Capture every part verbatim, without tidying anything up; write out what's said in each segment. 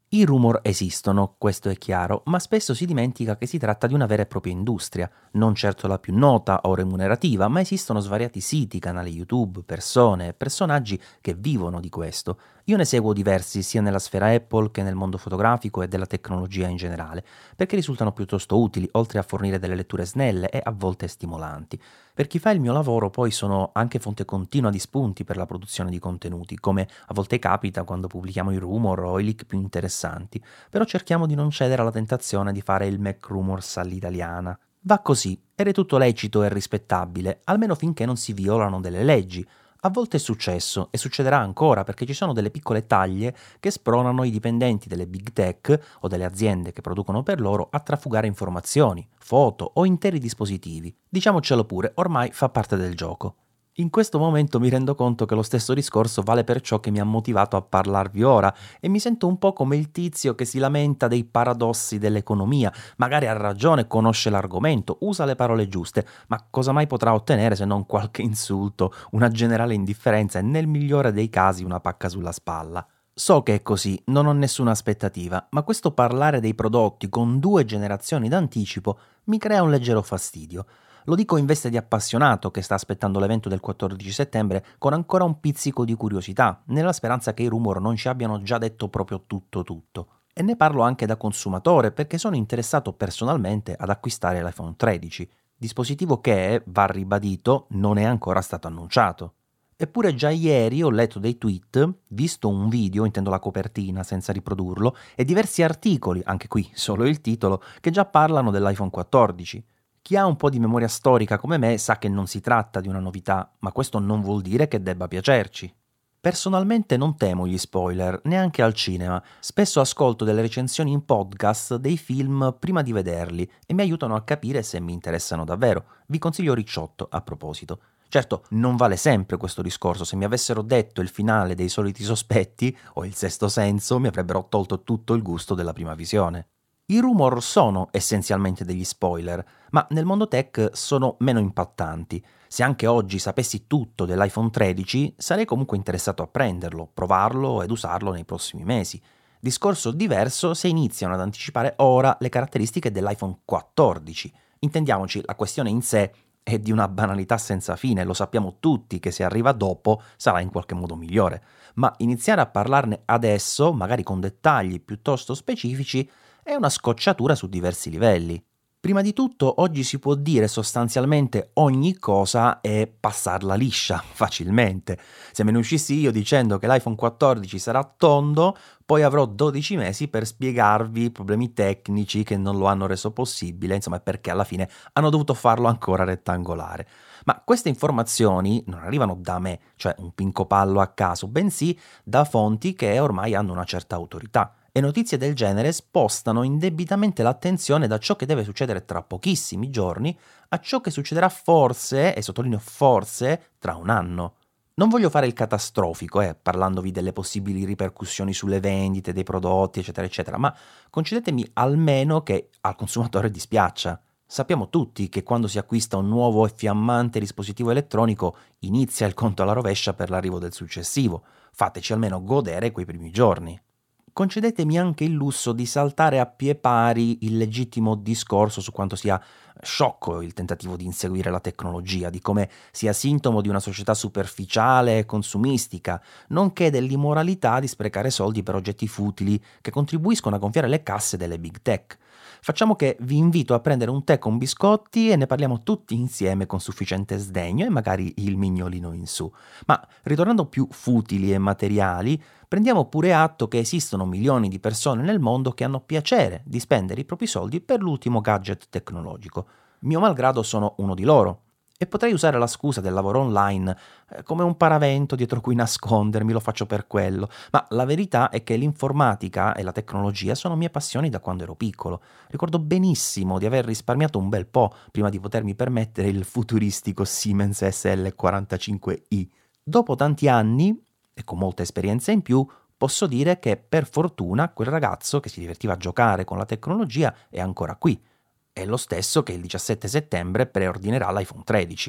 I rumor esistono, questo è chiaro, ma spesso si dimentica che si tratta di una vera e propria industria, non certo la più nota o remunerativa, ma esistono svariati siti, canali YouTube, persone e personaggi che vivono di questo. Io ne seguo diversi sia nella sfera Apple che nel mondo fotografico e della tecnologia in generale, perché risultano piuttosto utili, oltre a fornire delle letture snelle e a volte stimolanti. Per chi fa il mio lavoro poi sono anche fonte continua di spunti per la produzione di contenuti, come a volte capita quando pubblichiamo i rumor o i leak più interessanti, però cerchiamo di non cedere alla tentazione di fare il Mac Rumors all'italiana. Va così, ed è tutto lecito e rispettabile, almeno finché non si violano delle leggi. A volte è successo e succederà ancora perché ci sono delle piccole taglie che spronano i dipendenti delle big tech o delle aziende che producono per loro a trafugare informazioni, foto o interi dispositivi. Diciamocelo pure, ormai fa parte del gioco. In questo momento mi rendo conto che lo stesso discorso vale per ciò che mi ha motivato a parlarvi ora e mi sento un po' come il tizio che si lamenta dei paradossi dell'economia, magari ha ragione, conosce l'argomento, usa le parole giuste, ma cosa mai potrà ottenere se non qualche insulto, una generale indifferenza e nel migliore dei casi una pacca sulla spalla? So che è così, non ho nessuna aspettativa, ma questo parlare dei prodotti con due generazioni d'anticipo mi crea un leggero fastidio. Lo dico in veste di appassionato che sta aspettando l'evento del quattordici settembre con ancora un pizzico di curiosità, nella speranza che i rumor non ci abbiano già detto proprio tutto tutto. E ne parlo anche da consumatore perché sono interessato personalmente ad acquistare l'iPhone tredici, dispositivo che, va ribadito, non è ancora stato annunciato. Eppure già ieri ho letto dei tweet, visto un video, intendo la copertina senza riprodurlo, e diversi articoli, anche qui solo il titolo, che già parlano dell'iPhone quattordici. Chi ha un po' di memoria storica come me sa che non si tratta di una novità, ma questo non vuol dire che debba piacerci. Personalmente non temo gli spoiler, neanche al cinema. Spesso ascolto delle recensioni in podcast dei film prima di vederli e mi aiutano a capire se mi interessano davvero. Vi consiglio Ricciotto a proposito. Certo, non vale sempre questo discorso. Se mi avessero detto il finale dei Soliti Sospetti o Il Sesto Senso, mi avrebbero tolto tutto il gusto della prima visione. I rumor sono essenzialmente degli spoiler, ma nel mondo tech sono meno impattanti. Se anche oggi sapessi tutto dell'iPhone tredici, sarei comunque interessato a prenderlo, provarlo ed usarlo nei prossimi mesi. Discorso diverso se iniziano ad anticipare ora le caratteristiche dell'iPhone quattordici. Intendiamoci, la questione in sé è di una banalità senza fine, lo sappiamo tutti che se arriva dopo sarà in qualche modo migliore. Ma iniziare a parlarne adesso, magari con dettagli piuttosto specifici, è una scocciatura su diversi livelli. Prima di tutto, oggi si può dire sostanzialmente ogni cosa e passarla liscia facilmente. Se me ne uscissi io dicendo che l'iPhone quattordici sarà tondo, poi avrò dodici mesi per spiegarvi i problemi tecnici che non lo hanno reso possibile, insomma, perché alla fine hanno dovuto farlo ancora rettangolare. Ma queste informazioni non arrivano da me, cioè un pincopallo a caso, bensì da fonti che ormai hanno una certa autorità. E notizie del genere spostano indebitamente l'attenzione da ciò che deve succedere tra pochissimi giorni a ciò che succederà forse, e sottolineo forse, tra un anno. Non voglio fare il catastrofico, eh, parlandovi delle possibili ripercussioni sulle vendite dei prodotti, eccetera, eccetera, ma concedetemi almeno che al consumatore dispiaccia. Sappiamo tutti che quando si acquista un nuovo e fiammante dispositivo elettronico inizia il conto alla rovescia per l'arrivo del successivo. Fateci almeno godere quei primi giorni. Concedetemi anche il lusso di saltare a pie pari il legittimo discorso su quanto sia sciocco il tentativo di inseguire la tecnologia, di come sia sintomo di una società superficiale e consumistica, nonché dell'immoralità di sprecare soldi per oggetti futili che contribuiscono a gonfiare le casse delle big tech. Facciamo che vi invito a prendere un tè con biscotti e ne parliamo tutti insieme con sufficiente sdegno e magari il mignolino in su. Ma ritornando più futili e materiali, prendiamo pure atto che esistono milioni di persone nel mondo che hanno piacere di spendere i propri soldi per l'ultimo gadget tecnologico. Mio malgrado sono uno di loro. E potrei usare la scusa del lavoro online eh, come un paravento dietro cui nascondermi, lo faccio per quello, ma la verità è che l'informatica e la tecnologia sono mie passioni da quando ero piccolo. Ricordo benissimo di aver risparmiato un bel po' prima di potermi permettere il futuristico Siemens S L quarantacinque i. Dopo tanti anni, e con molta esperienza in più, posso dire che per fortuna quel ragazzo che si divertiva a giocare con la tecnologia è ancora qui. È lo stesso che il diciassette settembre preordinerà l'iPhone tredici.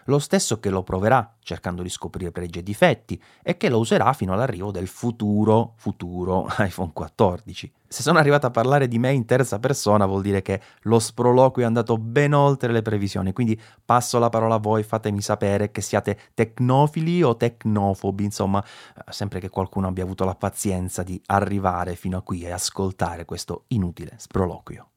lo stesso che lo proverà cercando di scoprire pregi e difetti e che lo userà fino all'arrivo del futuro, futuro iPhone quattordici. Se sono arrivato a parlare di me in terza persona vuol dire che lo sproloquio è andato ben oltre le previsioni, quindi passo la parola a voi, fatemi sapere che siate tecnofili o tecnofobi, insomma, sempre che qualcuno abbia avuto la pazienza di arrivare fino a qui e ascoltare questo inutile sproloquio.